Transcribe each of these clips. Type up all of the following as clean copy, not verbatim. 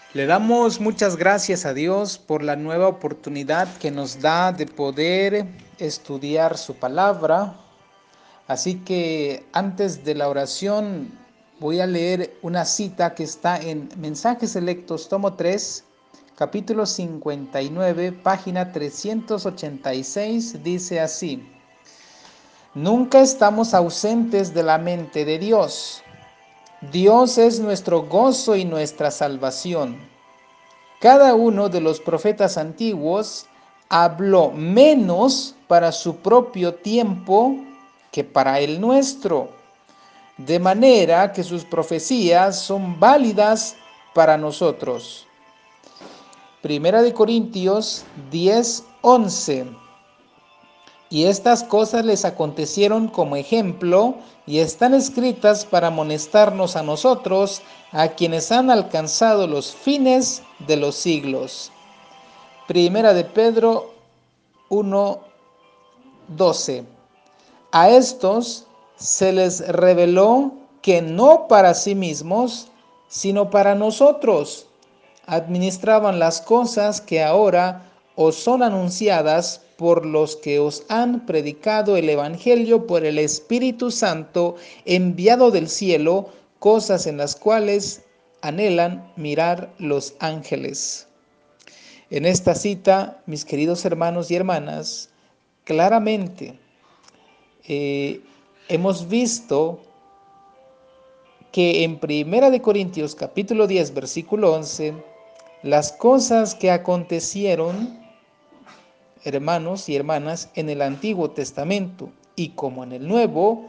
Le damos muchas gracias a Dios por la nueva oportunidad que nos da de poder estudiar su palabra. Así que antes de la oración voy a leer una cita que está en Mensajes Selectos, tomo 3, capítulo 59, página 386. Dice así: Nunca estamos ausentes de la mente de Dios. Dios es nuestro gozo y nuestra salvación. Cada uno de los profetas antiguos habló menos para su propio tiempo que para el nuestro, de manera que sus profecías son válidas para nosotros. Primera de Corintios 10:11. Y estas cosas les acontecieron como ejemplo y están escritas para amonestarnos a nosotros, a quienes han alcanzado los fines de los siglos. Primera de Pedro 1:12. A estos se les reveló que no para sí mismos, sino para nosotros, administraban las cosas que ahora os son anunciadas por los que os han predicado el Evangelio por el Espíritu Santo enviado del cielo, cosas en las cuales anhelan mirar los ángeles. En esta cita, mis queridos hermanos y hermanas, claramente hemos visto que en Primera de Corintios capítulo 10 versículo 11, las cosas que acontecieron, hermanos y hermanas, en el Antiguo Testamento y como en el Nuevo,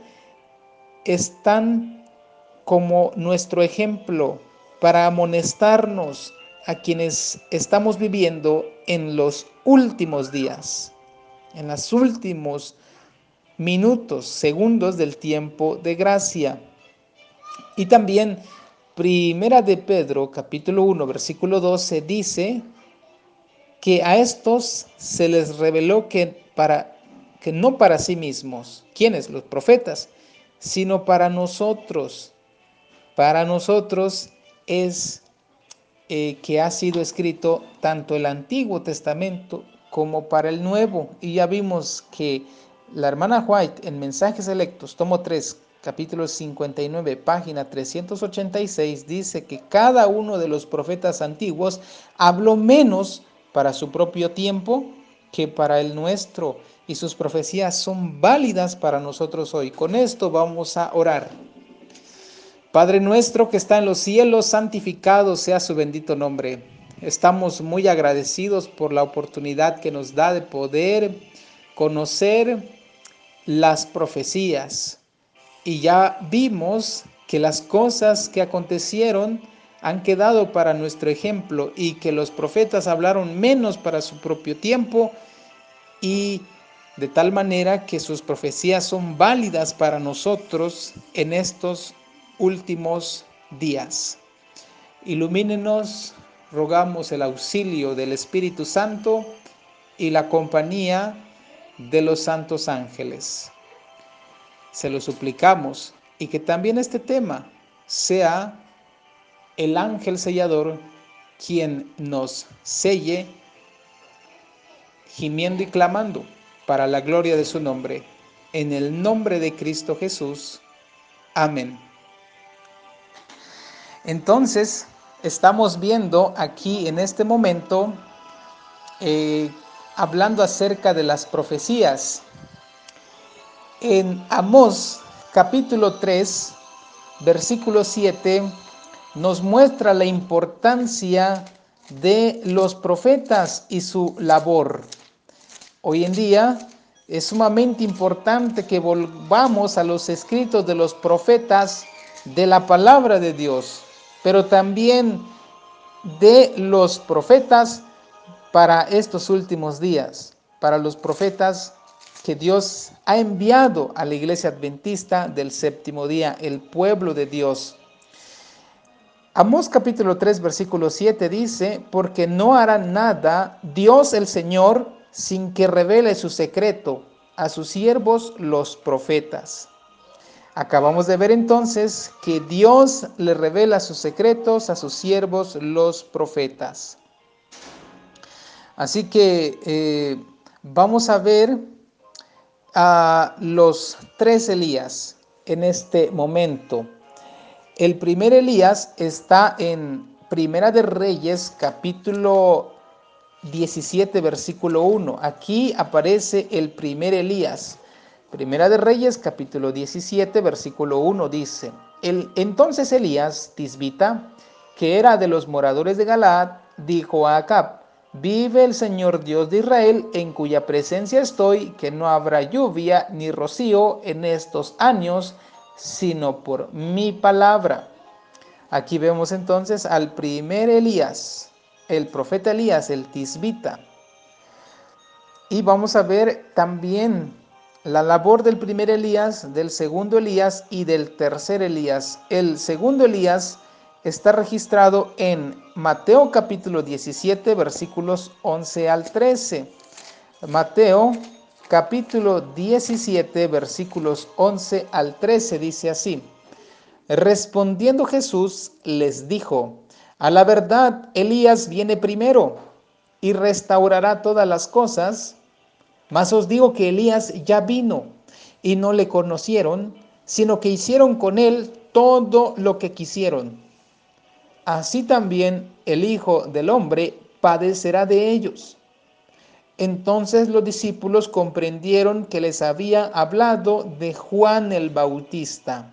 están como nuestro ejemplo para amonestarnos a quienes estamos viviendo en los últimos días, en los últimos minutos, segundos del tiempo de gracia. Y también Primera de Pedro, capítulo 1, versículo 12, dice que a estos se les reveló que no para sí mismos, ¿quiénes? Los profetas, sino para nosotros. Para nosotros es que ha sido escrito tanto el Antiguo Testamento como para el Nuevo. Y ya vimos que la hermana White en Mensajes Selectos, tomo 3, capítulo 59, página 386, dice que cada uno de los profetas antiguos habló menos para su propio tiempo que para el nuestro, y sus profecías son válidas para nosotros hoy. Con esto vamos a orar. Padre nuestro que está en los cielos, santificado sea su bendito nombre. Estamos muy agradecidos por la oportunidad que nos da de poder conocer las profecías. Y ya vimos que las cosas que acontecieron han quedado para nuestro ejemplo y que los profetas hablaron menos para su propio tiempo y de tal manera que sus profecías son válidas para nosotros en estos últimos días. Ilumínenos, rogamos el auxilio del Espíritu Santo y la compañía de los santos ángeles. Se lo suplicamos y que también este tema sea el ángel sellador quien nos selle gimiendo y clamando para la gloria de su nombre. En el nombre de Cristo Jesús. Amén. Entonces, estamos viendo aquí en este momento, hablando acerca de las profecías. En Amós, capítulo 3, versículo 7, nos muestra la importancia de los profetas y su labor. Hoy en día es sumamente importante que volvamos a los escritos de los profetas de la palabra de Dios, pero también de los profetas para estos últimos días, para los profetas que Dios ha enviado a la iglesia adventista del séptimo día, el pueblo de Dios. Amós capítulo 3 versículo 7 dice, porque no hará nada Dios el Señor sin que revele su secreto a sus siervos los profetas. Acabamos de ver entonces que Dios le revela sus secretos a sus siervos, los profetas. Así que vamos a ver a los tres Elías en este momento. El primer Elías está en Primera de Reyes, capítulo 17, versículo 1. Aquí aparece el primer Elías. Primera de Reyes, capítulo 17, versículo 1 dice: Entonces Elías, tisbita, que era de los moradores de Galaad, dijo a Acab: Vive el Señor Dios de Israel, en cuya presencia estoy, que no habrá lluvia ni rocío en estos años, sino por mi palabra. Aquí vemos entonces al primer Elías, el profeta Elías, el tisbita. Y vamos a ver también la labor del primer Elías, del segundo Elías y del tercer Elías. El segundo Elías está registrado en Mateo capítulo 17, versículos 11 al 13. Mateo capítulo 17, versículos 11 al 13 dice así: Respondiendo Jesús les dijo: A la verdad, Elías viene primero y restaurará todas las cosas. Mas os digo que Elías ya vino y no le conocieron, sino que hicieron con él todo lo que quisieron. Así también el Hijo del Hombre padecerá de ellos. Entonces los discípulos comprendieron que les había hablado de Juan el Bautista.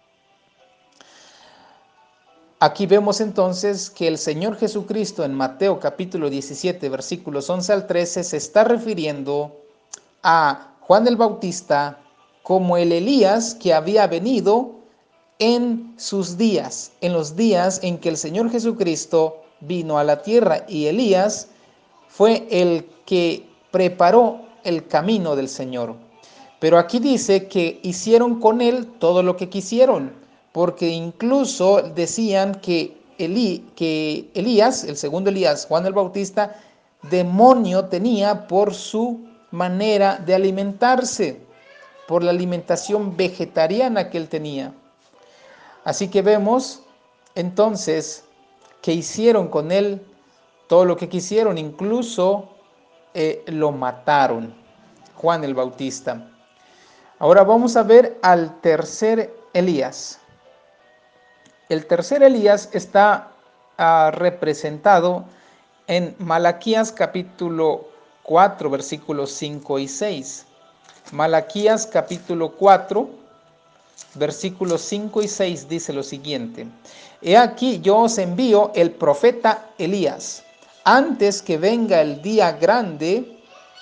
Aquí vemos entonces que el Señor Jesucristo en Mateo capítulo 17, versículos 11 al 13, se está refiriendo a Juan el Bautista como el Elías que había venido en sus días, en los días en que el Señor Jesucristo vino a la tierra, y Elías fue el que preparó el camino del Señor. Pero aquí dice que hicieron con él todo lo que quisieron, porque incluso decían que Elías, el segundo Elías, Juan el Bautista, demonio tenía por su manera de alimentarse, por la alimentación vegetariana que él tenía. Así que vemos entonces que hicieron con él todo lo que quisieron, incluso lo mataron, Juan el Bautista. Ahora vamos a ver al tercer Elías. El tercer Elías está representado en Malaquías capítulo 4, versículos 5 y 6. Malaquías capítulo 4, versículos 5 y 6 dice lo siguiente: He aquí yo os envío el profeta Elías, antes que venga el día grande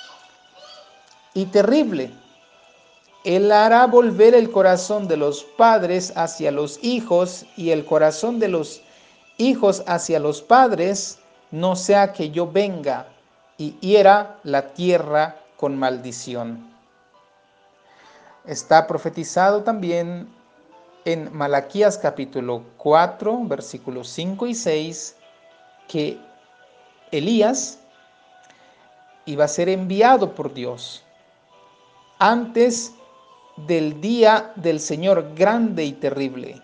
y terrible. Él hará volver el corazón de los padres hacia los hijos y el corazón de los hijos hacia los padres, no sea que yo venga y hiera la tierra con maldición. Está profetizado también en Malaquías capítulo 4, versículos 5 y 6, que Elías iba a ser enviado por Dios antes del día del Señor grande y terrible.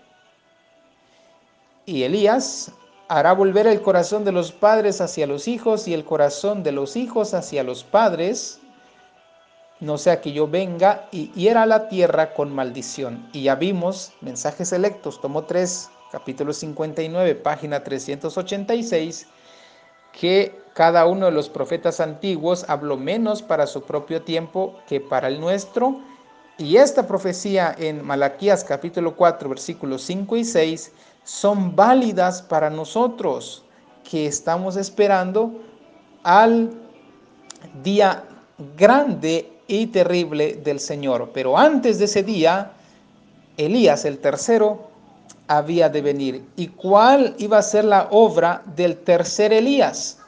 Y Elías hará volver el corazón de los padres hacia los hijos y el corazón de los hijos hacia los padres, no sea que yo venga y hiera la tierra con maldición. Y ya vimos, mensajes selectos, tomo 3, capítulo 59, página 386, que cada uno de los profetas antiguos habló menos para su propio tiempo que para el nuestro. Y esta profecía en Malaquías capítulo 4, versículos 5 y 6 son válidas para nosotros, que estamos esperando al día grande y terrible del Señor. Pero antes de ese día, Elías, el tercero, había de venir. ¿Y cuál iba a ser la obra del tercer Elías?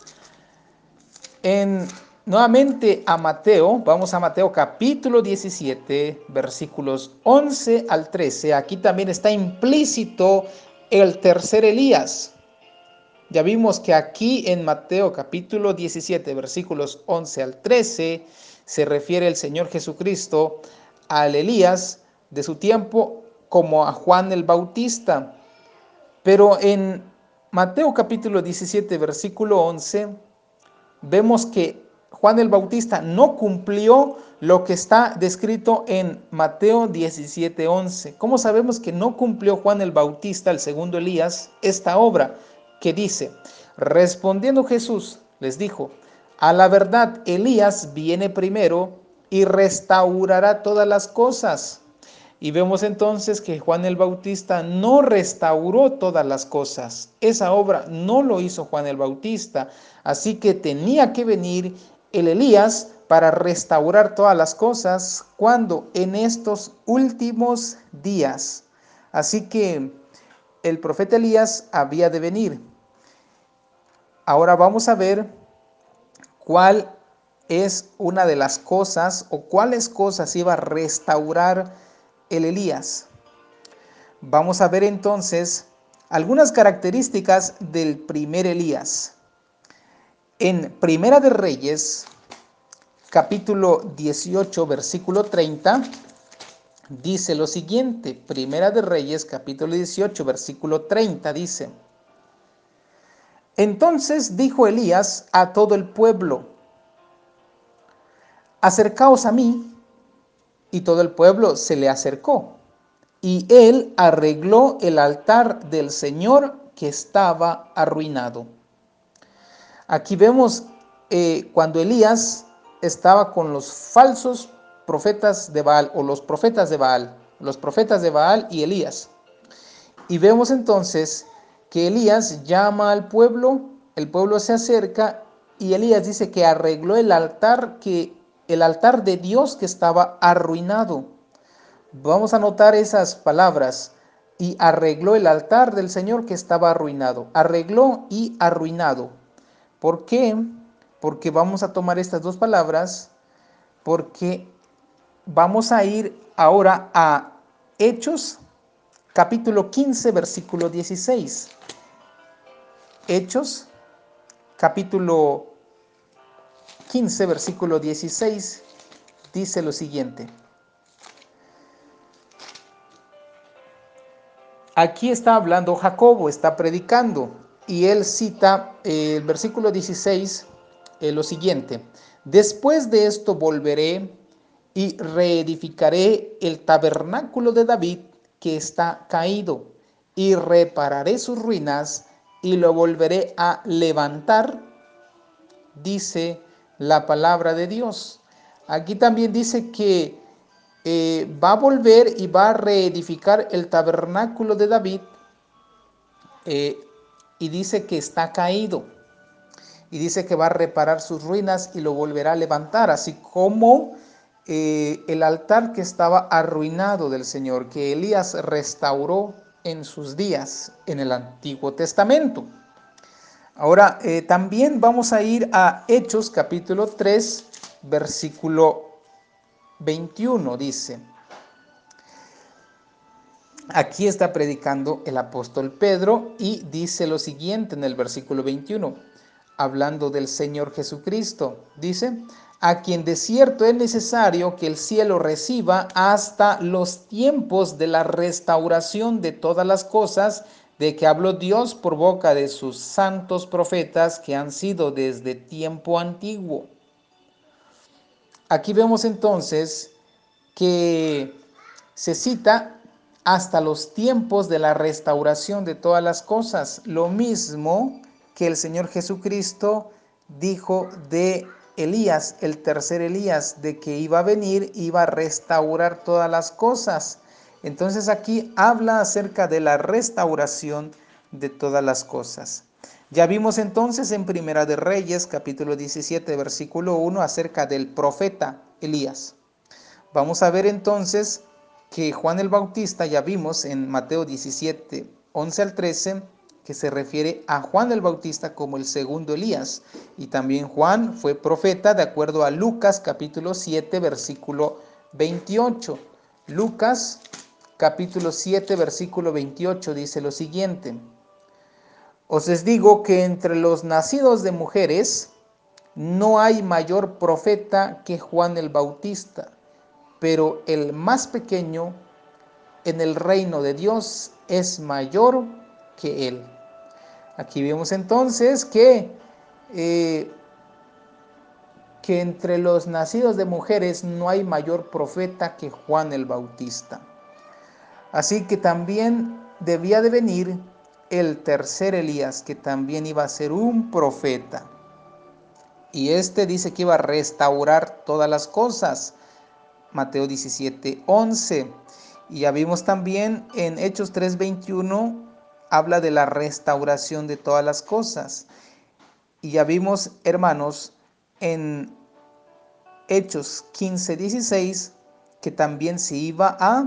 Nuevamente a Mateo, vamos a Mateo capítulo 17, versículos 11 al 13. Aquí también está implícito el tercer Elías. Ya vimos que aquí en Mateo capítulo 17, versículos 11 al 13, se refiere el Señor Jesucristo al Elías de su tiempo como a Juan el Bautista. Pero en Mateo capítulo 17, versículo 11, vemos que Juan el Bautista no cumplió lo que está descrito en Mateo 17, 11. ¿Cómo sabemos que no cumplió Juan el Bautista, el segundo Elías, esta obra que dice? Respondiendo Jesús les dijo: a la verdad, Elías viene primero y restaurará todas las cosas. Y vemos entonces que Juan el Bautista no restauró todas las cosas. Esa obra no lo hizo Juan el Bautista. Así que tenía que venir el Elías para restaurar todas las cosas cuando en estos últimos días. Así que el profeta Elías había de venir. Ahora vamos a ver cuál es una de las cosas o cuáles cosas iba a restaurar el Elías. Vamos a ver entonces algunas características del primer Elías. En Primera de Reyes, capítulo 18, versículo 30, dice lo siguiente. Primera de Reyes, capítulo 18, versículo 30, dice: entonces dijo Elías a todo el pueblo: acercaos a mí. Y todo el pueblo se le acercó. Y él arregló el altar del Señor que estaba arruinado. Aquí vemos cuando Elías estaba con los falsos profetas de Baal, o los profetas de Baal y Elías. Y vemos entonces que Elías llama al pueblo, el pueblo se acerca y Elías dice que arregló el altar de Dios que estaba arruinado. Vamos a notar esas palabras: y arregló el altar del Señor que estaba arruinado. Arregló y arruinado. ¿Por qué? Porque vamos a tomar estas dos palabras, porque vamos a ir ahora a Hechos, capítulo 15, versículo 16. Hechos, capítulo 15, versículo 16, dice lo siguiente. Aquí está hablando Jacobo, está predicando, y él cita el versículo 16, lo siguiente: después de esto volveré y reedificaré el tabernáculo de David que está caído, y repararé sus ruinas y lo volveré a levantar, dice la palabra de Dios. Aquí también dice que va a volver y va a reedificar el tabernáculo de David, y dice que está caído, y dice que va a reparar sus ruinas y lo volverá a levantar, así como el altar que estaba arruinado del Señor, que Elías restauró en sus días en el Antiguo Testamento. Ahora también vamos a ir a Hechos capítulo 3, versículo 21, dice. Aquí está predicando el apóstol Pedro y dice lo siguiente en el versículo 21, hablando del Señor Jesucristo. Dice: a quien de cierto es necesario que el cielo reciba hasta los tiempos de la restauración de todas las cosas, de que habló Dios por boca de sus santos profetas que han sido desde tiempo antiguo. Aquí vemos entonces que se cita hasta los tiempos de la restauración de todas las cosas, lo mismo que el Señor Jesucristo dijo de Elías, el tercer Elías, de que iba a venir, iba a restaurar todas las cosas. Entonces aquí habla acerca de la restauración de todas las cosas. Ya vimos entonces en Primera de Reyes, capítulo 17, versículo 1, acerca del profeta Elías. Vamos a ver entonces que Juan el Bautista, ya vimos en Mateo 17, 11 al 13, que se refiere a Juan el Bautista como el segundo Elías. Y también Juan fue profeta de acuerdo a Lucas capítulo 7, versículo 28. Lucas capítulo 7, versículo 28 dice lo siguiente: os les digo que entre los nacidos de mujeres no hay mayor profeta que Juan el Bautista, pero el más pequeño en el reino de Dios es mayor que él. Aquí vemos entonces que entre los nacidos de mujeres no hay mayor profeta que Juan el Bautista. Así que también debía de venir el tercer Elías, que también iba a ser un profeta. Y este dice que iba a restaurar todas las cosas. Mateo 17:11. Y ya vimos también en Hechos 3:21, habla de la restauración de todas las cosas. Y ya vimos, hermanos, en Hechos 15:16, que también se iba a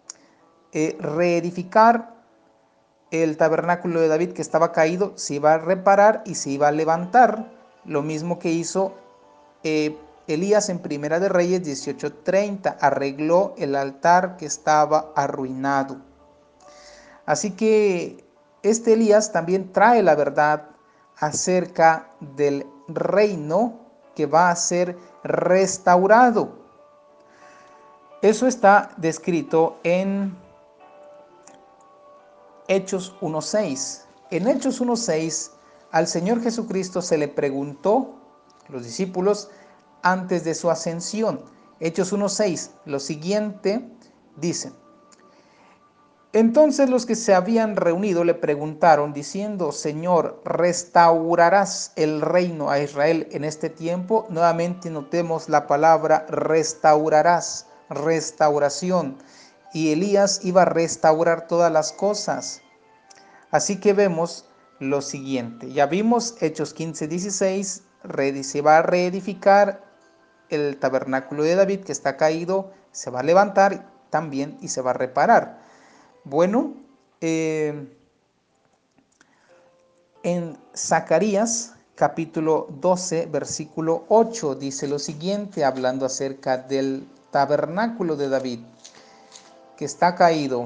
reedificar el tabernáculo de David que estaba caído, se iba a reparar y se iba a levantar, lo mismo que hizo Elías en Primera de Reyes 18:30, arregló el altar que estaba arruinado. Así que este Elías también trae la verdad acerca del reino que va a ser restaurado. Eso está descrito en Hechos 1:6. En Hechos 1:6 al Señor Jesucristo se le preguntó a los discípulos antes de su ascensión. Hechos 1:6, lo siguiente dice: entonces los que se habían reunido le preguntaron diciendo: Señor, ¿restaurarás el reino a Israel en este tiempo? Nuevamente notemos la palabra restaurarás, restauración. Y Elías iba a restaurar todas las cosas. Así que vemos lo siguiente. Ya vimos Hechos 15:16, se va a reedificar el tabernáculo de David que está caído, se va a levantar también y se va a reparar. Bueno, en Zacarías capítulo 12, versículo 8, dice lo siguiente, hablando acerca del tabernáculo de David, que está caído.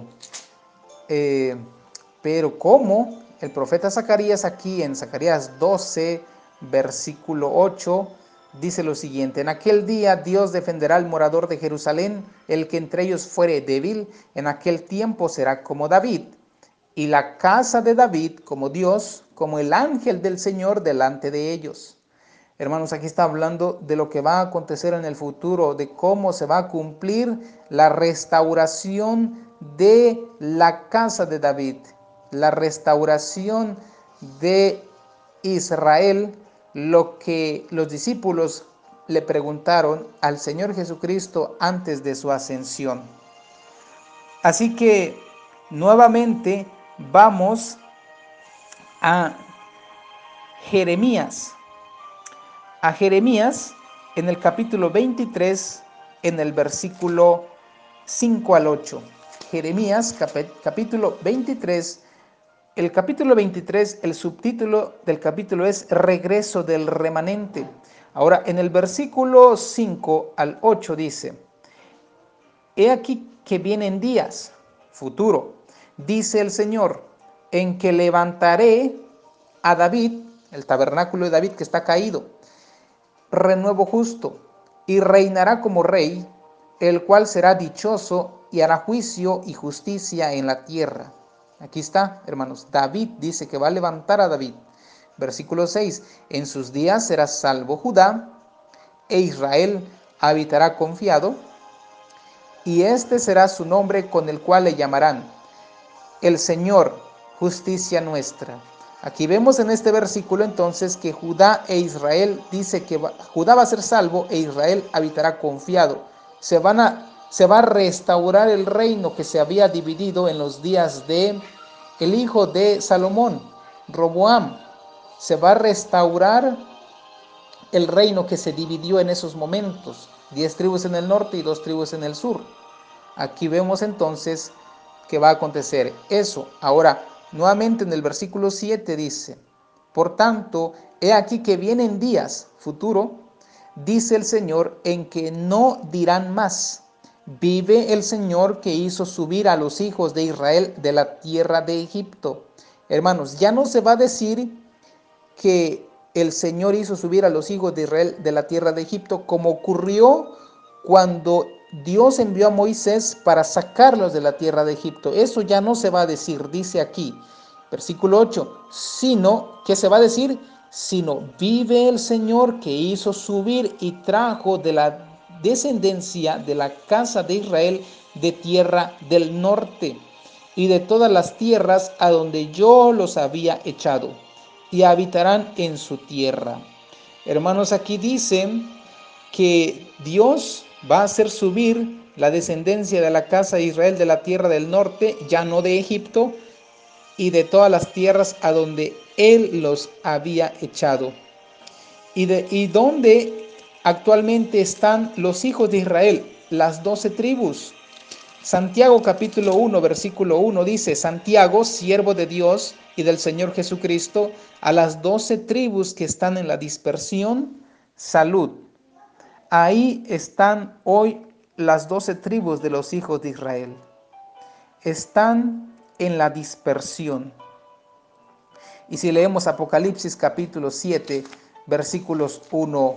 Pero como el profeta Zacarías aquí en Zacarías 12, versículo 8, dice lo siguiente: en aquel día Dios defenderá al morador de Jerusalén, el que entre ellos fuere débil, en aquel tiempo será como David, y la casa de David como Dios, como el ángel del Señor delante de ellos. Hermanos, aquí está hablando de lo que va a acontecer en el futuro, de cómo se va a cumplir la restauración de la casa de David, la restauración de Israel, lo que los discípulos le preguntaron al Señor Jesucristo antes de su ascensión. Así que nuevamente vamos a Jeremías. A Jeremías en el capítulo 23, en el versículo 5 al 8. Jeremías capítulo 23. El capítulo 23, el subtítulo del capítulo es Regreso del remanente. Ahora, en el versículo 5 al 8 dice: he aquí que vienen días, futuro, dice el Señor, en que levantaré a David, el tabernáculo de David que está caído, renuevo justo, y reinará como rey, el cual será dichoso y hará juicio y justicia en la tierra. Aquí está, hermanos, David dice que va a levantar a David. Versículo 6, en sus días será salvo Judá, e Israel habitará confiado, y este será su nombre con el cual le llamarán el Señor, justicia nuestra. Aquí vemos en este versículo entonces que Judá e Israel dice que Judá va a ser salvo e Israel habitará confiado. Se va a restaurar el reino que se había dividido en los días de el hijo de Salomón, Roboam. Se va a restaurar el reino que se dividió en esos momentos, 10 tribus en el norte y 2 tribus en el sur. Aquí vemos entonces que va a acontecer eso. Ahora, nuevamente en el versículo 7 dice: por tanto, he aquí que vienen días, futuro, dice el Señor, en que no dirán más: vive el Señor que hizo subir a los hijos de Israel de la tierra de Egipto. Hermanos, ya no se va a decir que el Señor hizo subir a los hijos de Israel de la tierra de Egipto, como ocurrió cuando Dios envió a Moisés para sacarlos de la tierra de Egipto. Eso ya no se va a decir, dice aquí, versículo 8, sino, ¿qué se va a decir? Sino, vive el Señor que hizo subir y trajo de la descendencia de la casa de Israel de tierra del norte y de todas las tierras a donde yo los había echado, y habitarán en su tierra. Hermanos, aquí dicen que Dios va a hacer subir la descendencia de la casa de Israel de la tierra del norte, ya no de Egipto, y de todas las tierras a donde Él los había echado. Y donde actualmente están los hijos de Israel, las 12 tribus. Santiago capítulo 1, versículo 1 dice, Santiago, siervo de Dios y del Señor Jesucristo, a las 12 tribus que están en la dispersión, salud. Ahí están hoy las 12 tribus de los hijos de Israel. Están en la dispersión. Y si leemos Apocalipsis capítulo 7, versículos 1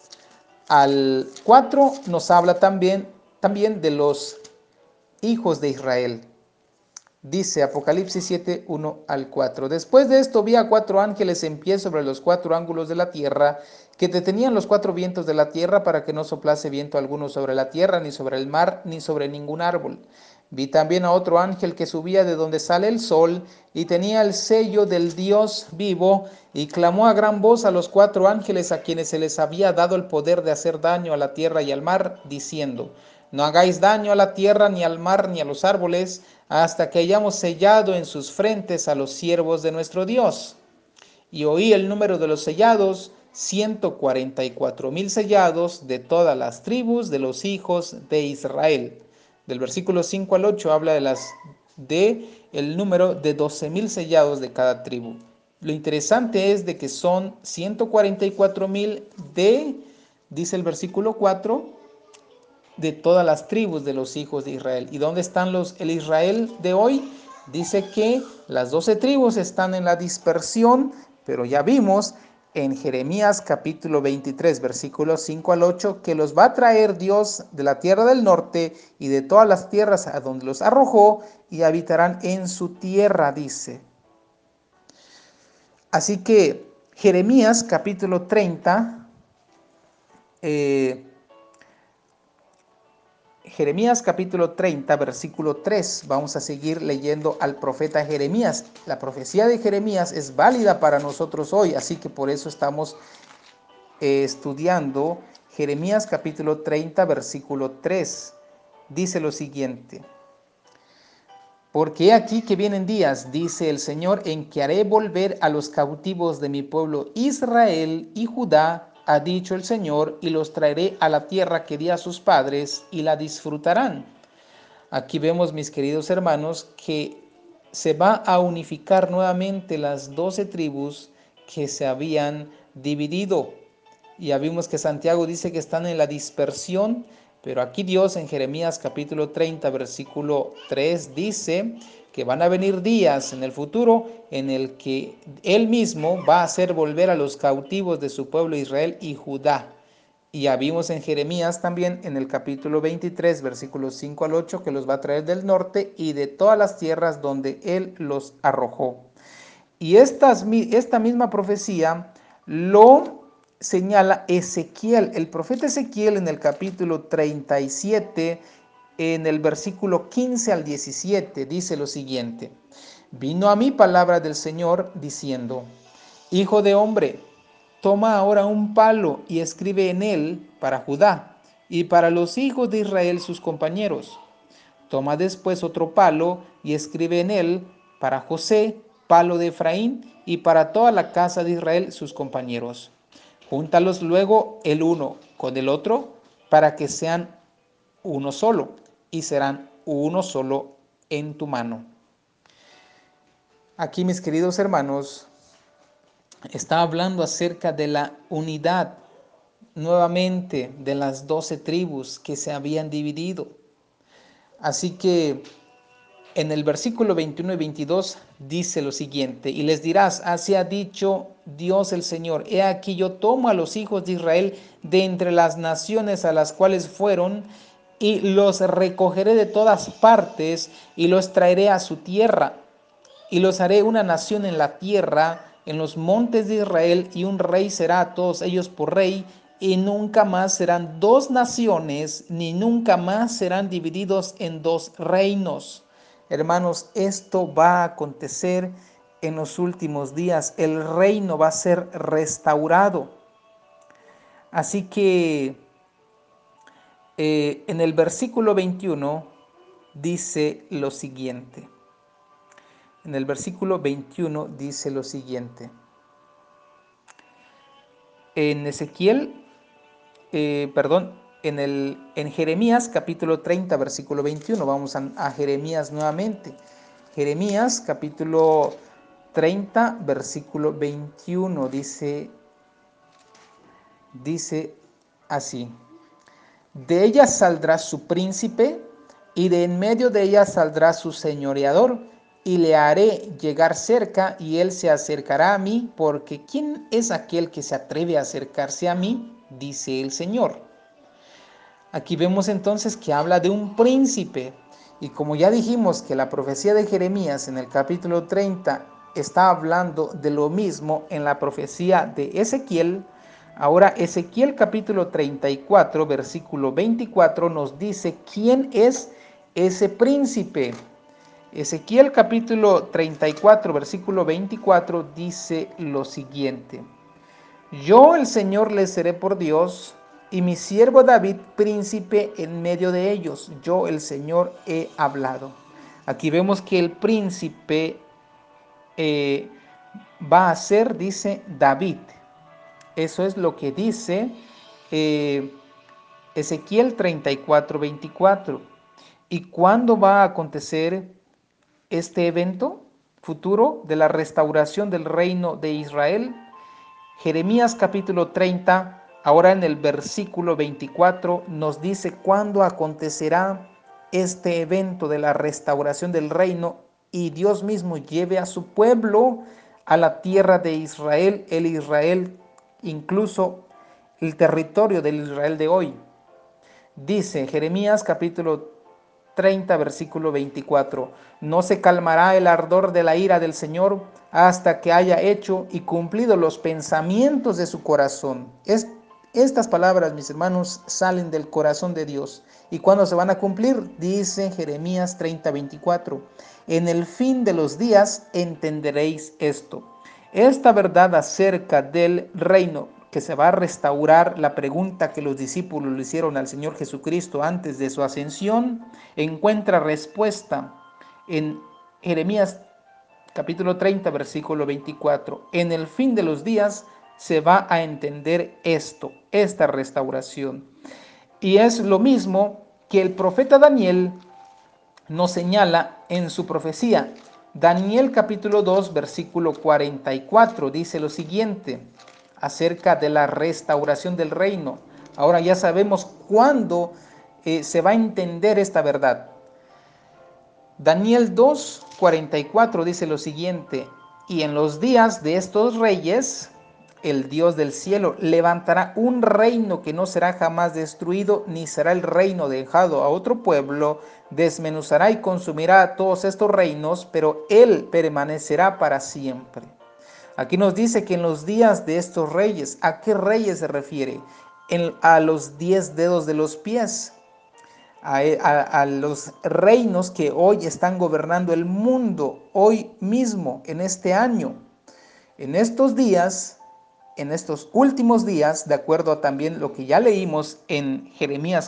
al 4, nos habla también de los hijos de Israel. Dice Apocalipsis 7, 1 al 4. Después de esto vi a 4 ángeles en pie sobre los 4 ángulos de la tierra, que detenían los 4 vientos de la tierra para que no soplase viento alguno sobre la tierra, ni sobre el mar, ni sobre ningún árbol. Vi también a otro ángel que subía de donde sale el sol, y tenía el sello del Dios vivo, y clamó a gran voz a los 4 ángeles a quienes se les había dado el poder de hacer daño a la tierra y al mar, diciendo, no hagáis daño a la tierra, ni al mar, ni a los árboles, hasta que hayamos sellado en sus frentes a los siervos de nuestro Dios. Y oí el número de los sellados, 144,000 sellados de todas las tribus de los hijos de Israel. Del versículo 5 al 8 habla de el número de 12,000 sellados de cada tribu. Lo interesante es de que son 144,000 dice el versículo 4, de todas las tribus de los hijos de Israel. ¿Y dónde están el Israel de hoy? Dice que las 12 tribus están en la dispersión, pero ya vimos en Jeremías capítulo 23, versículos 5 al 8, que los va a traer Dios de la tierra del norte y de todas las tierras a donde los arrojó, y habitarán en su tierra, dice. Así que Jeremías capítulo 30, Jeremías capítulo 30, versículo 3. Vamos a seguir leyendo al profeta Jeremías. La profecía de Jeremías es válida para nosotros hoy, así que por eso estamos estudiando Jeremías capítulo 30, versículo 3. Dice lo siguiente. Porque he aquí que vienen días, dice el Señor, en que haré volver a los cautivos de mi pueblo Israel y Judá, ha dicho el Señor, y los traeré a la tierra que di a sus padres, y la disfrutarán. Aquí vemos, mis queridos hermanos, que se va a unificar nuevamente las 12 tribus que se habían dividido. Ya vimos que Santiago dice que están en la dispersión, pero aquí Dios en Jeremías capítulo 30, versículo 3 dice que van a venir días en el futuro en el que Él mismo va a hacer volver a los cautivos de su pueblo Israel y Judá. Y ya vimos en Jeremías también en el capítulo 23, versículos 5 al 8, que los va a traer del norte y de todas las tierras donde Él los arrojó. Y esta misma profecía lo señala Ezequiel, el profeta Ezequiel en el capítulo 37, en el versículo 15 al 17, dice lo siguiente. Vino a mí palabra del Señor diciendo, Hijo de hombre, toma ahora un palo y escribe en él para Judá y para los hijos de Israel sus compañeros. Toma después otro palo y escribe en él para José, palo de Efraín, y para toda la casa de Israel sus compañeros. Júntalos luego el uno con el otro para que sean uno solo, y serán uno solo en tu mano. Aquí, mis queridos hermanos, está hablando acerca de la unidad nuevamente de las 12 tribus que se habían dividido. Así que en el versículo 21 y 22 dice lo siguiente, y les dirás, así ha dicho Dios el Señor, he aquí yo tomo a los hijos de Israel de entre las naciones a las cuales fueron, y los recogeré de todas partes y los traeré a su tierra y los haré una nación en la tierra, en los montes de Israel, y un rey será a todos ellos por rey, y nunca más serán dos naciones, ni nunca más serán divididos en dos reinos. Hermanos, esto va a acontecer en los últimos días. El reino va a ser restaurado. Así que en el versículo 21 dice lo siguiente. En el versículo 21 dice lo siguiente. En Ezequiel, en Jeremías capítulo 30, versículo 21, vamos a Jeremías nuevamente. Jeremías capítulo 30, versículo 21, dice así. De ella saldrá su príncipe, y de en medio de ella saldrá su señoreador, y le haré llegar cerca, y él se acercará a mí, porque ¿quién es aquel que se atreve a acercarse a mí? Dice el Señor. Aquí vemos entonces que habla de un príncipe, y como ya dijimos que la profecía de Jeremías en el capítulo 30 está hablando de lo mismo en la profecía de Ezequiel. Ahora Ezequiel capítulo 34, versículo 24 nos dice quién es ese príncipe. Ezequiel capítulo 34, versículo 24 dice lo siguiente. Yo el Señor les seré por Dios, y mi siervo David príncipe en medio de ellos. Yo el Señor he hablado. Aquí vemos que el príncipe eh, va a ser, dice David. Eso es lo que dice Ezequiel 34, 24. ¿Y cuándo va a acontecer este evento futuro de la restauración del reino de Israel? Jeremías capítulo 30, ahora en el versículo 24, nos dice cuándo acontecerá este evento de la restauración del reino y Dios mismo lleve a su pueblo a la tierra de Israel, el Israel, incluso el territorio del Israel de hoy. Dice Jeremías capítulo 30, versículo 24. No se calmará el ardor de la ira del Señor hasta que haya hecho y cumplido los pensamientos de su corazón. Estas palabras, mis hermanos, salen del corazón de Dios. ¿Y cuándo se van a cumplir? Dice Jeremías 30, 24. En el fin de los días entenderéis esto. Esta verdad acerca del reino que se va a restaurar, la pregunta que los discípulos le hicieron al Señor Jesucristo antes de su ascensión, encuentra respuesta en Jeremías capítulo 30, versículo 24. En el fin de los días se va a entender esta restauración. Y es lo mismo que el profeta Daniel nos señala en su profecía. Daniel capítulo 2, versículo 44 dice lo siguiente acerca de la restauración del reino. Ahora ya sabemos cuándo se va a entender esta verdad. Daniel 2, 44 dice lo siguiente, y en los días de estos reyes, el Dios del cielo levantará un reino que no será jamás destruido, ni será el reino dejado a otro pueblo, desmenuzará y consumirá a todos estos reinos, pero él permanecerá para siempre. Aquí nos dice que en los días de estos reyes, ¿a qué reyes se refiere? A los 10 dedos de los pies. A los reinos que hoy están gobernando el mundo, hoy mismo, en este año. En estos días, en estos últimos días, de acuerdo a también lo que ya leímos en Jeremías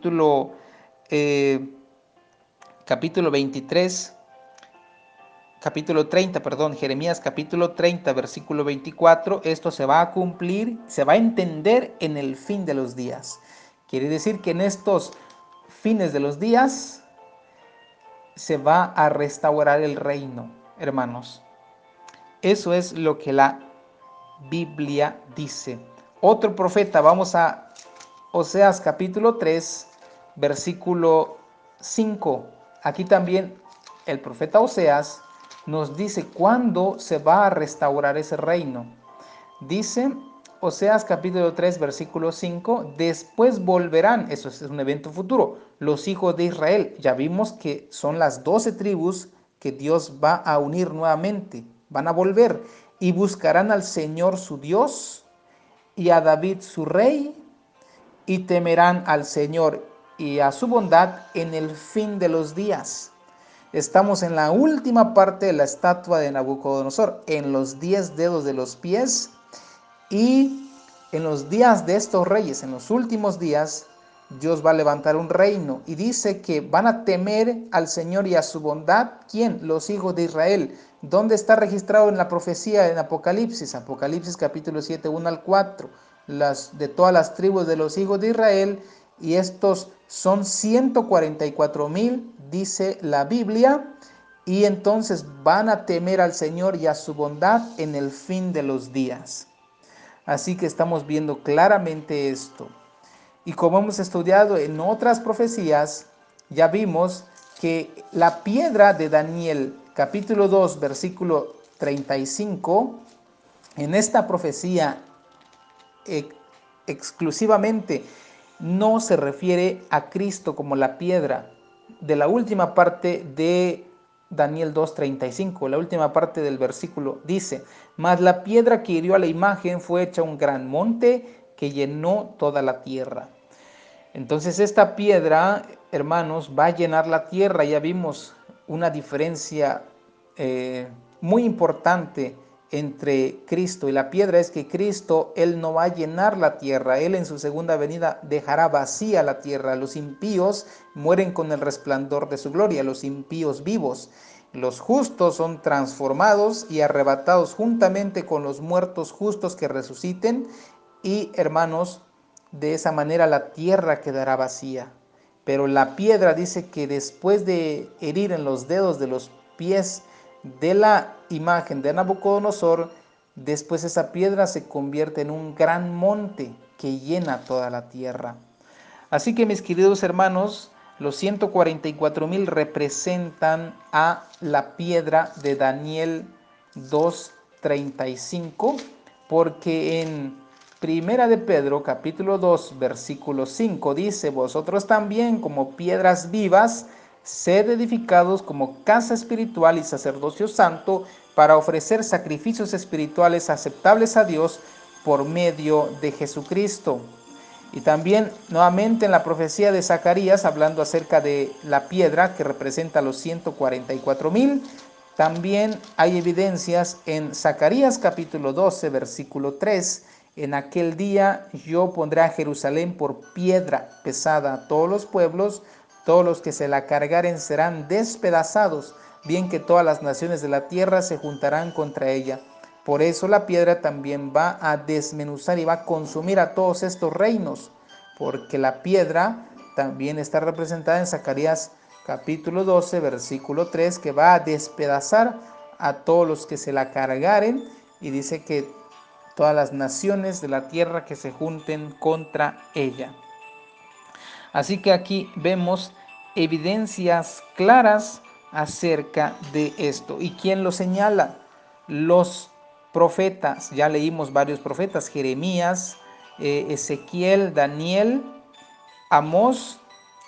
capítulo 23, capítulo 30, perdón, Jeremías capítulo 30, versículo 24, esto se va a cumplir, se va a entender en el fin de los días. Quiere decir que en estos fines de los días se va a restaurar el reino, hermanos. Eso es lo que la Biblia dice. Otro profeta, vamos a Oseas capítulo 3, versículo 5. Aquí también el profeta Oseas nos dice cuándo se va a restaurar ese reino. Dice Oseas capítulo 3, versículo 5, después volverán, eso es un evento futuro, los hijos de Israel. Ya vimos que son las 12 tribus que Dios va a unir nuevamente, van a volver y buscarán al Señor su Dios y a David su rey y temerán al Señor y a su bondad en el fin de los días. Estamos en la última parte de la estatua de Nabucodonosor, en los 10 dedos de los pies. Y en los días de estos reyes, en los últimos días, Dios va a levantar un reino y dice que van a temer al Señor y a su bondad. ¿Quién? Los hijos de Israel. ¿Dónde está registrado en la profecía en Apocalipsis? Apocalipsis capítulo 7, 1 al 4. De todas las tribus de los hijos de Israel, y estos son 144,000, dice la Biblia, y entonces van a temer al Señor y a su bondad en el fin de los días. Así que estamos viendo claramente esto. Y como hemos estudiado en otras profecías, ya vimos que la piedra de Daniel, capítulo 2, versículo 35, en esta profecía exclusivamente no se refiere a Cristo como la piedra de la última parte de Daniel 2:35, la última parte del versículo dice: mas la piedra que hirió a la imagen fue hecha un gran monte que llenó toda la tierra. Entonces esta piedra, hermanos, va a llenar la tierra. Ya vimos una diferencia muy importante entre Cristo y la piedra, es que Cristo, Él no va a llenar la tierra, Él en su segunda venida dejará vacía la tierra. Los impíos mueren con el resplandor de su gloria, los impíos vivos. Los justos son transformados y arrebatados juntamente con los muertos justos que resuciten. Y hermanos, de esa manera la tierra quedará vacía. Pero la piedra dice que después de herir en los dedos de los pies de la imagen de Nabucodonosor, después esa piedra se convierte en un gran monte que llena toda la tierra. Así que mis queridos hermanos, los 144,000 representan a la piedra de Daniel 2:35, porque en Primera de Pedro, capítulo 2, versículo 5, dice: vosotros también, como piedras vivas, sed edificados como casa espiritual y sacerdocio santo, para ofrecer sacrificios espirituales aceptables a Dios por medio de Jesucristo. Y también nuevamente en la profecía de Zacarías, hablando acerca de la piedra que representa a los 144,000, también hay evidencias en Zacarías capítulo 12, versículo 3. En aquel día yo pondré a Jerusalén por piedra pesada a todos los pueblos, todos los que se la cargaren serán despedazados, bien que todas las naciones de la tierra se juntarán contra ella. Por eso la piedra también va a desmenuzar y va a consumir a todos estos reinos, porque la piedra también está representada en Zacarías capítulo 12, versículo 3, que va a despedazar a todos los que se la cargaren, y dice que todas las naciones de la tierra que se junten contra ella. Así que aquí vemos evidencias claras acerca de esto. ¿Y quién lo señala? Los profetas. Ya leímos varios profetas: Jeremías, Ezequiel, Daniel, Amós,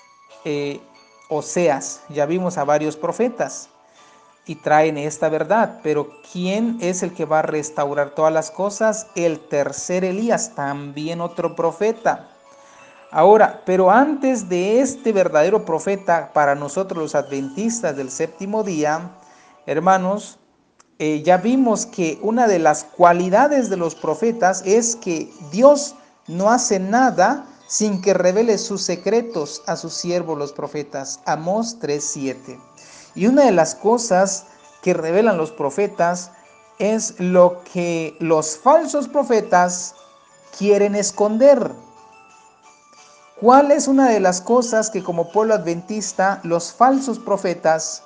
Oseas. Ya vimos a varios profetas y traen esta verdad. Pero ¿quién es el que va a restaurar todas las cosas? El tercer Elías, también otro profeta. Ahora, pero antes de este verdadero profeta para nosotros los adventistas del séptimo día, hermanos, ya vimos que una de las cualidades de los profetas es que Dios no hace nada sin que revele sus secretos a sus siervos los profetas. Amós 3:7. Y una de las cosas que revelan los profetas es lo que los falsos profetas quieren esconder. ¿Cuál es una de las cosas que como pueblo adventista los falsos profetas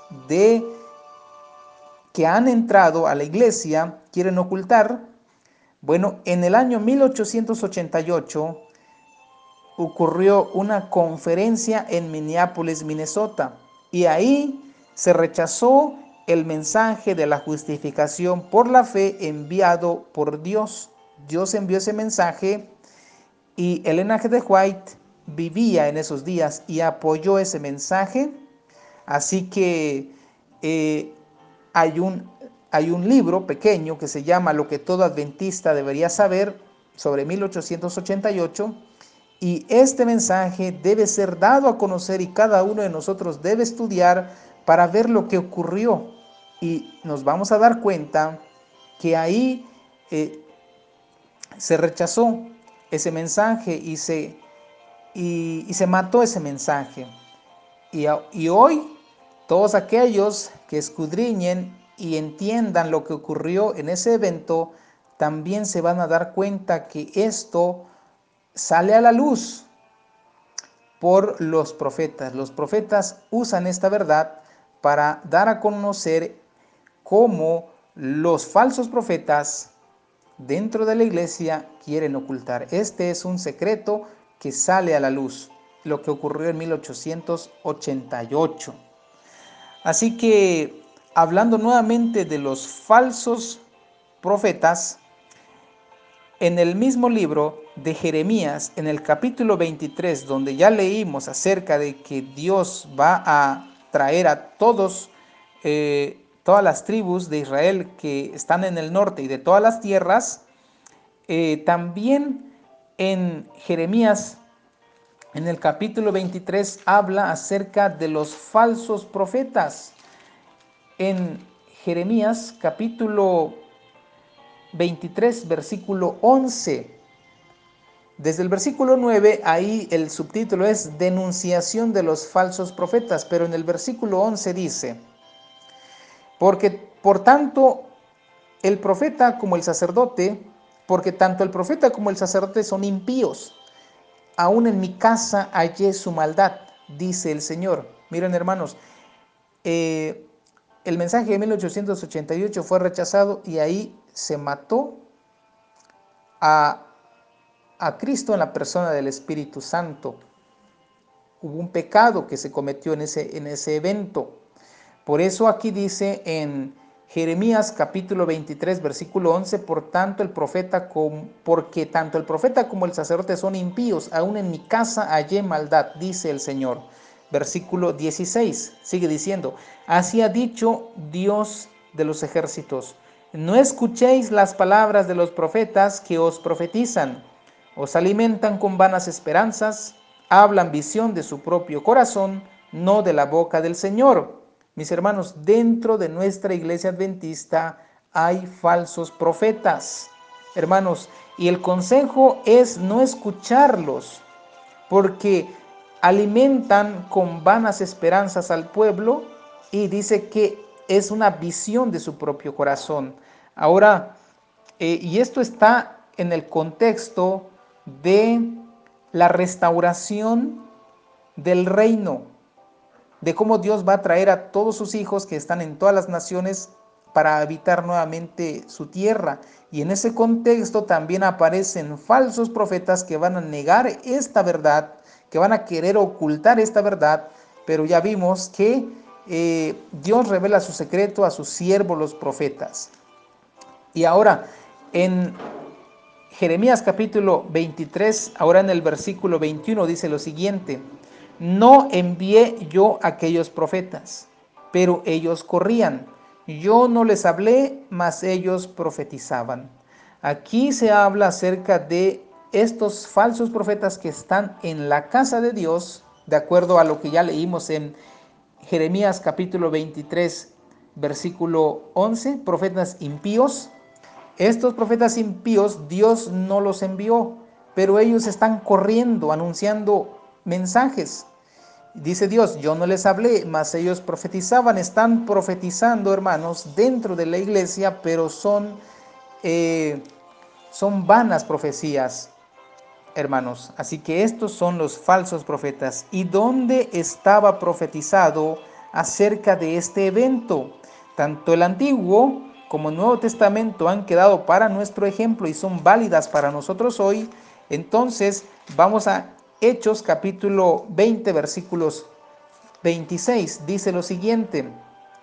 que han entrado a la iglesia quieren ocultar? Bueno, en el año 1888 ocurrió una conferencia en Minneapolis, Minnesota, y ahí se rechazó el mensaje de la justificación por la fe enviado por Dios. Dios envió ese mensaje y Elena G. de White vivía en esos días y apoyó ese mensaje. Así que eh, hay un libro pequeño que se llama Lo que todo adventista debería saber, sobre 1888, y este mensaje debe ser dado a conocer y cada uno de nosotros debe estudiar para ver lo que ocurrió. Y nos vamos a dar cuenta que ahí eh, se rechazó ese mensaje y se mató ese mensaje. Y hoy todos aquellos que escudriñen y entiendan lo que ocurrió en ese evento, también se van a dar cuenta que esto sale a la luz por los profetas. Los profetas usan esta verdad para dar a conocer cómo los falsos profetas dentro de la iglesia quieren ocultar. Este es un secreto que sale a la luz, lo que ocurrió en 1888. Así que, hablando nuevamente de los falsos profetas, en el mismo libro de Jeremías, en el capítulo 23, donde ya leímos acerca de que Dios va a traer a todas las tribus de Israel que están en el norte y de todas las tierras, también en Jeremías, en el capítulo 23, habla acerca de los falsos profetas. En Jeremías capítulo 23, versículo 11. Desde el versículo 9, ahí el subtítulo es Denunciación de los falsos profetas, pero en el versículo 11 dice, porque por tanto el profeta como el sacerdote, porque tanto el profeta como el sacerdote son impíos, aún en mi casa hallé su maldad, dice el Señor. Miren, hermanos, eh, el mensaje de 1888 fue rechazado y ahí se mató a, a Cristo en la persona del Espíritu Santo. Hubo un pecado que se cometió en ese evento. Por eso aquí dice en Jeremías capítulo 23, versículo 11, porque tanto el profeta como el sacerdote son impíos, aún en mi casa hallé maldad, dice el Señor. Versículo 16, sigue diciendo, así ha dicho Dios de los ejércitos, no escuchéis las palabras de los profetas que os profetizan, os alimentan con vanas esperanzas, hablan visión de su propio corazón, no de la boca del Señor. Mis hermanos, dentro de nuestra iglesia adventista hay falsos profetas, hermanos, y el consejo es no escucharlos, porque alimentan con vanas esperanzas al pueblo y dice que es una visión de su propio corazón. Ahora, y esto está en el contexto de la restauración del reino, de cómo Dios va a traer a todos sus hijos que están en todas las naciones para habitar nuevamente su tierra. Y en ese contexto también aparecen falsos profetas que van a negar esta verdad, que van a querer ocultar esta verdad, pero ya vimos que Dios revela su secreto a sus siervos los profetas. Y ahora, en Jeremías capítulo 23, ahora en el versículo 21 dice lo siguiente, no envié yo a aquellos profetas, pero ellos corrían. Yo no les hablé, mas ellos profetizaban. Aquí se habla acerca de estos falsos profetas que están en la casa de Dios, de acuerdo a lo que ya leímos en Jeremías capítulo 23, versículo 11, profetas impíos. Estos profetas impíos Dios no los envió, pero ellos están corriendo, anunciando mensajes. Dice Dios, yo no les hablé, mas ellos profetizaban, están profetizando, hermanos, dentro de la iglesia, pero son vanas profecías, hermanos. Así que estos son los falsos profetas. ¿Y dónde estaba profetizado acerca de este evento? Tanto el Antiguo como el Nuevo Testamento han quedado para nuestro ejemplo y son válidas para nosotros hoy. Entonces vamos a Hechos capítulo 20 versículos 26. Dice lo siguiente.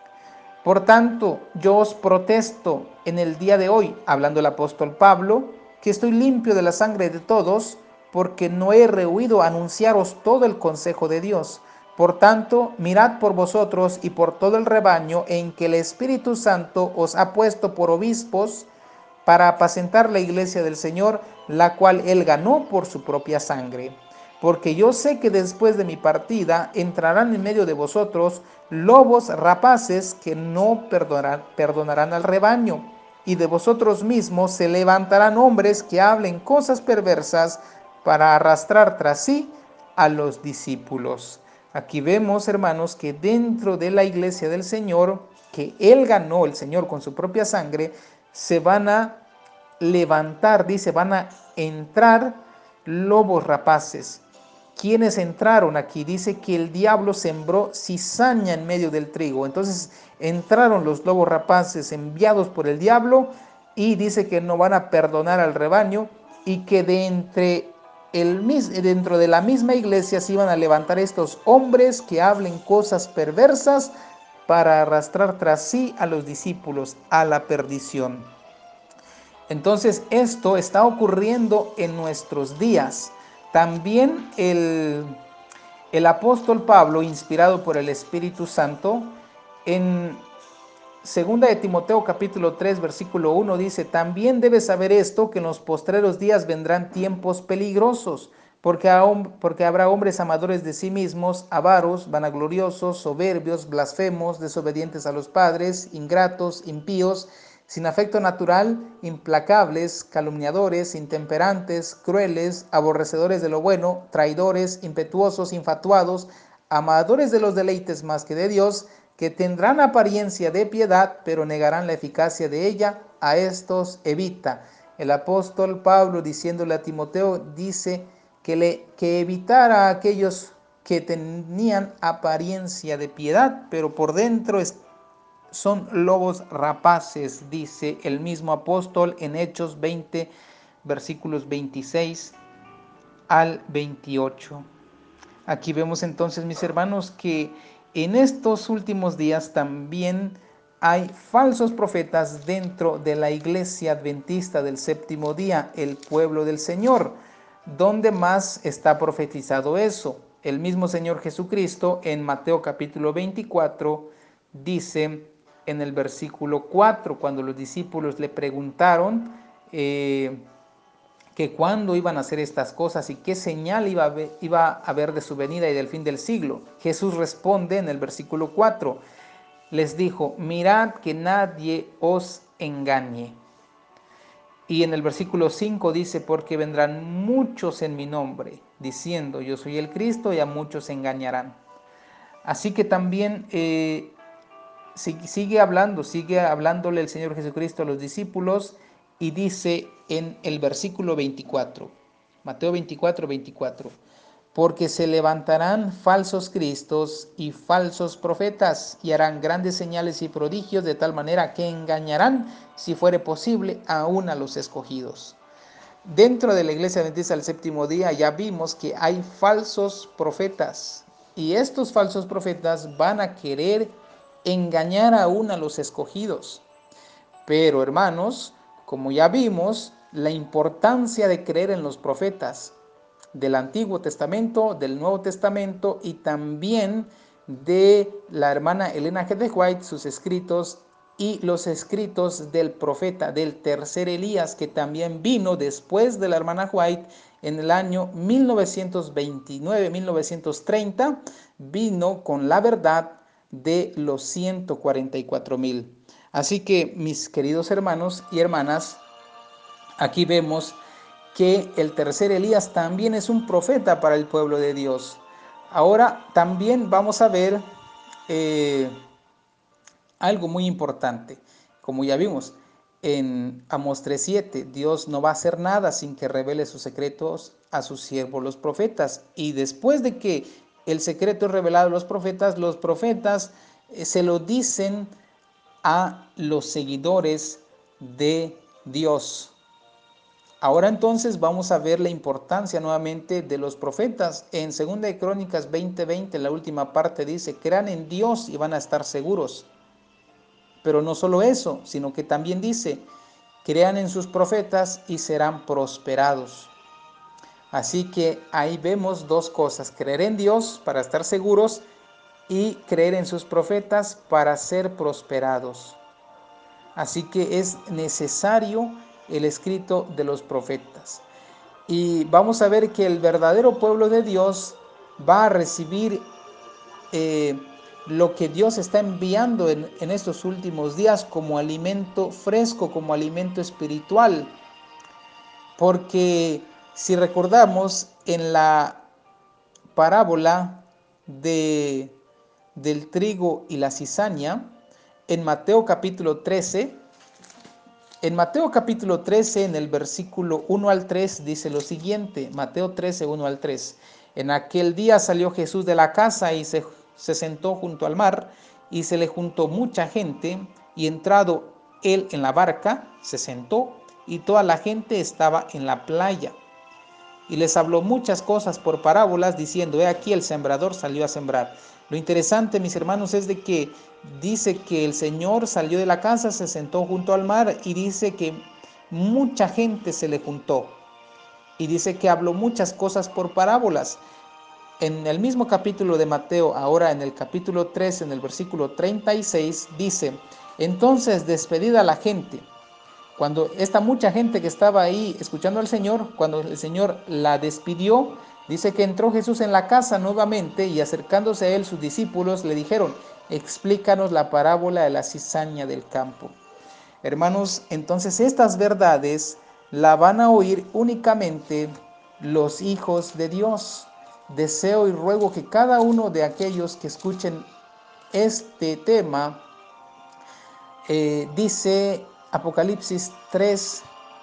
Por tanto, yo os protesto en el día de hoy, hablando el apóstol Pablo, que estoy limpio de la sangre de todos, porque no he rehuido anunciaros todo el consejo de Dios. Por tanto, mirad por vosotros y por todo el rebaño en que el Espíritu Santo os ha puesto por obispos para apacentar la iglesia del Señor, la cual él ganó por su propia sangre. Porque yo sé que después de mi partida entrarán en medio de vosotros lobos rapaces que no perdonarán al rebaño, y de vosotros mismos se levantarán hombres que hablen cosas perversas para arrastrar tras sí a los discípulos. Aquí vemos, hermanos, que dentro de la iglesia del Señor, que él ganó, el Señor, con su propia sangre, se van a levantar, dice, van a entrar lobos rapaces. ¿Quiénes entraron aquí? Dice que el diablo sembró cizaña en medio del trigo. Entonces entraron los lobos rapaces enviados por el diablo, y dice que no van a perdonar al rebaño, y que dentro de la misma iglesia se iban a levantar estos hombres que hablen cosas perversas para arrastrar tras sí a los discípulos a la perdición. Entonces esto está ocurriendo en nuestros días. También el apóstol Pablo, inspirado por el Espíritu Santo, en segunda de Timoteo capítulo 3 versículo 1 dice: también debes saber esto, que en los postreros días vendrán tiempos peligrosos, porque habrá hombres amadores de sí mismos, avaros, vanagloriosos, soberbios, blasfemos, desobedientes a los padres, ingratos, impíos, sin afecto natural, implacables, calumniadores, intemperantes, crueles, aborrecedores de lo bueno, traidores, impetuosos, infatuados, amadores de los deleites más que de Dios, que tendrán apariencia de piedad, pero negarán la eficacia de ella. A estos evita. El apóstol Pablo, diciéndole a Timoteo, dice que evitara a aquellos que tenían apariencia de piedad, pero por dentro son lobos rapaces, dice el mismo apóstol en Hechos 20, versículos 26 al 28. Aquí vemos entonces, mis hermanos, que en estos últimos días también hay falsos profetas dentro de la iglesia adventista del séptimo día, el pueblo del Señor. ¿Dónde más está profetizado eso? El mismo Señor Jesucristo en Mateo capítulo 24 dice en el versículo 4, cuando los discípulos le preguntaron que cuándo iban a hacer estas cosas y qué señal iba a haber de su venida y del fin del siglo. Jesús responde en el versículo 4, les dijo: mirad que nadie os engañe. Y en el versículo 5 dice: porque vendrán muchos en mi nombre, diciendo yo soy el Cristo, y a muchos engañarán. Así que también sigue hablándole el Señor Jesucristo a los discípulos, y dice en el versículo 24, Mateo 24, 24, porque se levantarán falsos cristos y falsos profetas, y harán grandes señales y prodigios, de tal manera que engañarán, si fuere posible, aún a los escogidos. Dentro de la iglesia adventista del séptimo día ya vimos que hay falsos profetas, y estos falsos profetas van a querer engañar aún a los escogidos. Pero, hermanos, como ya vimos, la importancia de creer en los profetas del Antiguo Testamento, del Nuevo Testamento, y también de la hermana Elena G. de White, sus escritos, y los escritos del profeta, del tercer Elías, que también vino después de la hermana White en el año 1929-1930, vino con la verdad de los 144,000. Así que, mis queridos hermanos y hermanas, aquí vemos que el tercer Elías también es un profeta para el pueblo de Dios. Ahora también vamos a ver algo muy importante. Como ya vimos en Amós 3:7, Dios no va a hacer nada sin que revele sus secretos a sus siervos los profetas. Y después de que el secreto es revelado a los profetas se lo dicen a los seguidores de Dios. Ahora entonces vamos a ver la importancia nuevamente de los profetas. En 2 de Crónicas 20:20, la última parte dice: crean en Dios y van a estar seguros. Pero no solo eso, sino que también dice crean en sus profetas y serán prosperados. Así que ahí vemos dos cosas: creer en Dios para estar seguros y creer en sus profetas para ser prosperados. Así que es necesario el escrito de los profetas. Y vamos a ver que el verdadero pueblo de Dios va a recibir lo que Dios está enviando en estos últimos días como alimento fresco, como alimento espiritual. Porque si recordamos en la parábola del trigo y la cizaña, en Mateo capítulo 13, en el versículo 1 al 3, dice lo siguiente: Mateo 13, 1 al 3. En aquel día salió Jesús de la casa y se sentó junto al mar, y se le juntó mucha gente, y entrado él en la barca, se sentó, y toda la gente estaba en la playa. Y les habló muchas cosas por parábolas, diciendo: he aquí el sembrador salió a sembrar. Lo interesante, mis hermanos, es de que dice que el Señor salió de la casa, se sentó junto al mar, y dice que mucha gente se le juntó. Y dice que habló muchas cosas por parábolas. En el mismo capítulo de Mateo, ahora en el capítulo 3, en el versículo 36, dice: entonces, despedida la gente, cuando esta mucha gente que estaba ahí escuchando al Señor, cuando el Señor la despidió, dice que entró Jesús en la casa nuevamente, y acercándose a él sus discípulos le dijeron: explícanos la parábola de la cizaña del campo. Hermanos, entonces estas verdades la van a oír únicamente los hijos de Dios. Deseo y ruego que cada uno de aquellos que escuchen este tema, dice Apocalipsis 3,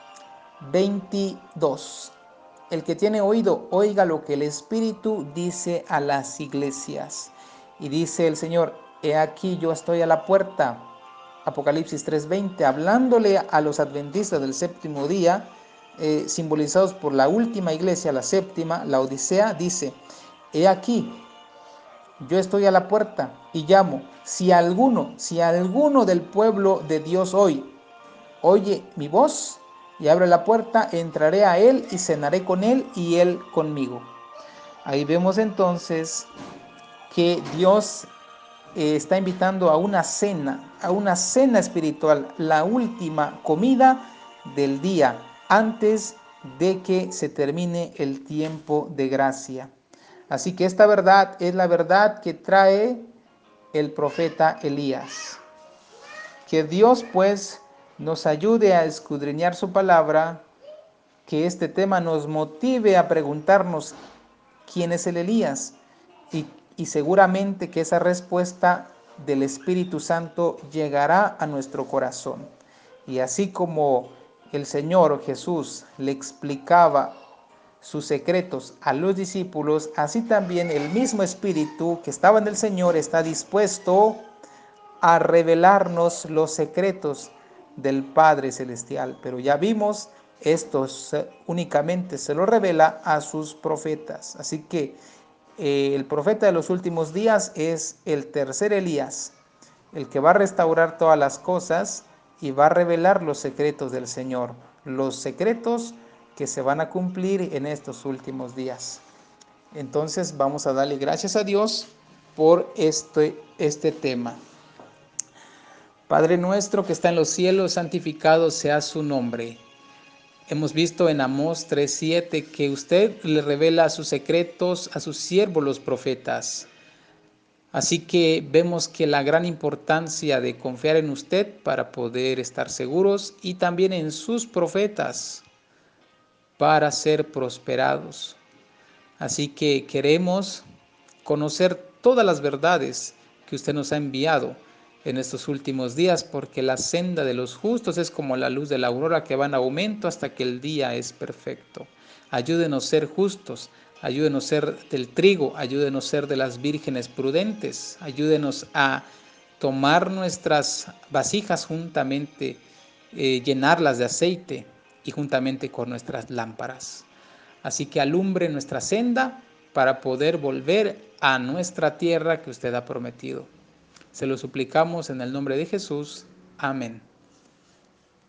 22. El que tiene oído, oiga lo que el Espíritu dice a las iglesias. Y dice el Señor: he aquí yo estoy a la puerta. Apocalipsis 3:20, hablándole a los adventistas del séptimo día, simbolizados por la última iglesia, la séptima, la Odisea, dice: he aquí yo estoy a la puerta y llamo. Si alguno del pueblo de Dios hoy oye mi voz y abre la puerta, entraré a él y cenaré con él y él conmigo. Ahí vemos entonces que Dios está invitando a una cena espiritual, la última comida del día, antes de que se termine el tiempo de gracia. Así que esta verdad es la verdad que trae el profeta Elías. Que Dios pues nos ayude a escudriñar su palabra, que este tema nos motive a preguntarnos quién es el Elías, y seguramente que esa respuesta del Espíritu Santo llegará a nuestro corazón. Y así como el Señor Jesús le explicaba sus secretos a los discípulos, así también el mismo Espíritu que estaba en el Señor está dispuesto a revelarnos los secretos del Padre Celestial. Pero ya vimos, esto únicamente se lo revela a sus profetas. Así que el profeta de los últimos días es el tercer Elías, el que va a restaurar todas las cosas y va a revelar los secretos del Señor, los secretos que se van a cumplir en estos últimos días. Entonces vamos a darle gracias a Dios por este tema. Padre nuestro que está en los cielos, santificado sea su nombre. Hemos visto en Amós 3:7 que usted le revela sus secretos a sus siervos los profetas. Así que vemos que la gran importancia de confiar en usted para poder estar seguros, y también en sus profetas para ser prosperados. Así que queremos conocer todas las verdades que usted nos ha enviado en estos últimos días, porque la senda de los justos es como la luz de la aurora que va en aumento hasta que el día es perfecto. Ayúdenos a ser justos, ayúdenos a ser del trigo, ayúdenos a ser de las vírgenes prudentes, ayúdenos a tomar nuestras vasijas juntamente, llenarlas de aceite y juntamente con nuestras lámparas. Así que alumbre nuestra senda para poder volver a nuestra tierra que usted ha prometido. Se lo suplicamos en el nombre de Jesús. Amén.